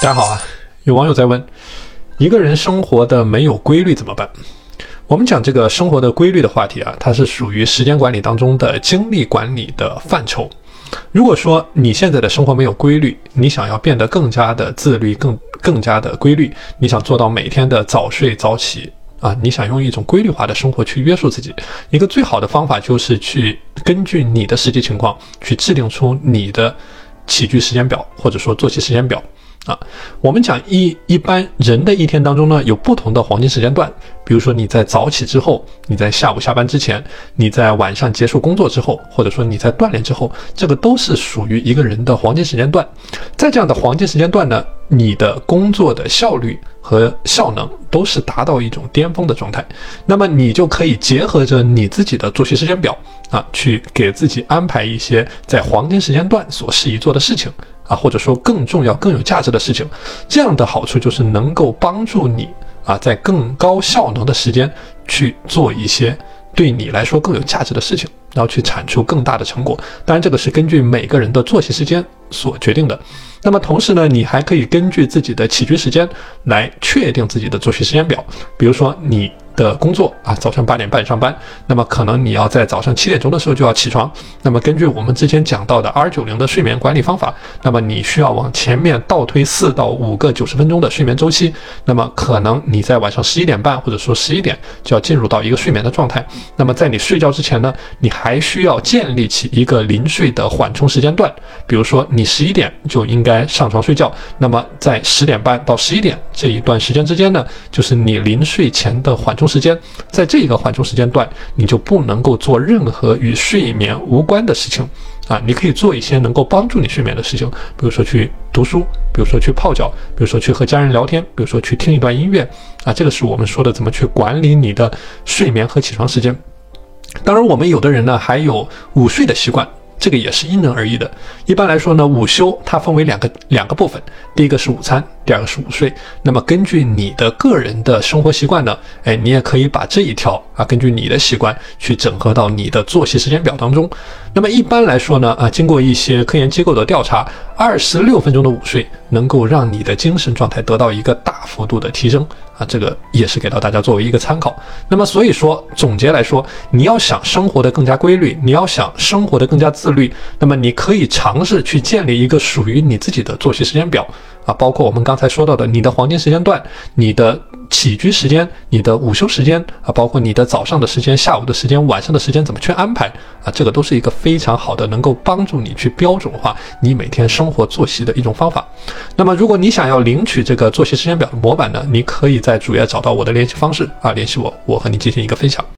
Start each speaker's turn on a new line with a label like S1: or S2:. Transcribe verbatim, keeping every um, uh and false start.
S1: 大家好啊，有网友在问，一个人生活的没有规律怎么办？我们讲这个生活的规律的话题啊，它是属于时间管理当中的精力管理的范畴。如果说你现在的生活没有规律，你想要变得更加的自律，更更加的规律，你想做到每天的早睡早起啊，你想用一种规律化的生活去约束自己，一个最好的方法就是去根据你的实际情况去制定出你的起居时间表，或者说作息时间表啊。我们讲一一般人的一天当中呢，有不同的黄金时间段，比如说你在早起之后，你在下午下班之前，你在晚上结束工作之后，或者说你在锻炼之后，这个都是属于一个人的黄金时间段。在这样的黄金时间段呢，你的工作的效率和效能都是达到一种巅峰的状态。那么你就可以结合着你自己的作息时间表啊，去给自己安排一些在黄金时间段所适宜做的事情啊，或者说更重要、更有价值的事情。这样的好处就是能够帮助你啊，在更高效能的时间去做一些对你来说更有价值的事情，然后去产出更大的成果。当然，这个是根据每个人的作息时间所决定的。那么同时呢，你还可以根据自己的起居时间来确定自己的作息时间表。比如说你的工作啊，早上八点半上班，那么可能你要在早上七点钟的时候就要起床。那么根据我们之前讲到的 R 九十 的睡眠管理方法，那么你需要往前面倒推四到五个九十分钟的睡眠周期。那么可能你在晚上十一点半或者说十一点就要进入到一个睡眠的状态。那么在你睡觉之前呢，你还需要建立起一个临睡的缓冲时间段。比如说你十一点就应该上床睡觉，那么在十点半到十一点这一段时间之间呢，就是你临睡前的缓冲时间。在这个缓冲时间段，你就不能够做任何与睡眠无关的事情啊，你可以做一些能够帮助你睡眠的事情，比如说去读书，比如说去泡脚，比如说去和家人聊天，比如说去听一段音乐啊，这个是我们说的怎么去管理你的睡眠和起床时间。当然，我们有的人呢还有午睡的习惯，这个也是因人而异的。一般来说呢，午休它分为两个两个部分，第一个是午餐，第二个是午睡。那么根据你的个人的生活习惯呢，哎，你也可以把这一条啊，根据你的习惯去整合到你的作息时间表当中。那么一般来说呢，啊，经过一些科研机构的调查，二十六分钟的午睡能够让你的精神状态得到一个大幅度的提升啊，这个也是给到大家作为一个参考。那么所以说，总结来说，你要想生活得更加规律，你要想生活得更加自律，那么你可以尝试去建立一个属于你自己的作息时间表啊，包括我们刚才说到的你的黄金时间段、你的起居时间、你的午休时间啊，包括你的早上的时间、下午的时间、晚上的时间怎么去安排啊，这个都是一个非常好的能够帮助你去标准化你每天生活作息的一种方法。那么如果你想要领取这个作息时间表的模板呢，你可以在主页找到我的联系方式啊，联系我，我和你进行一个分享。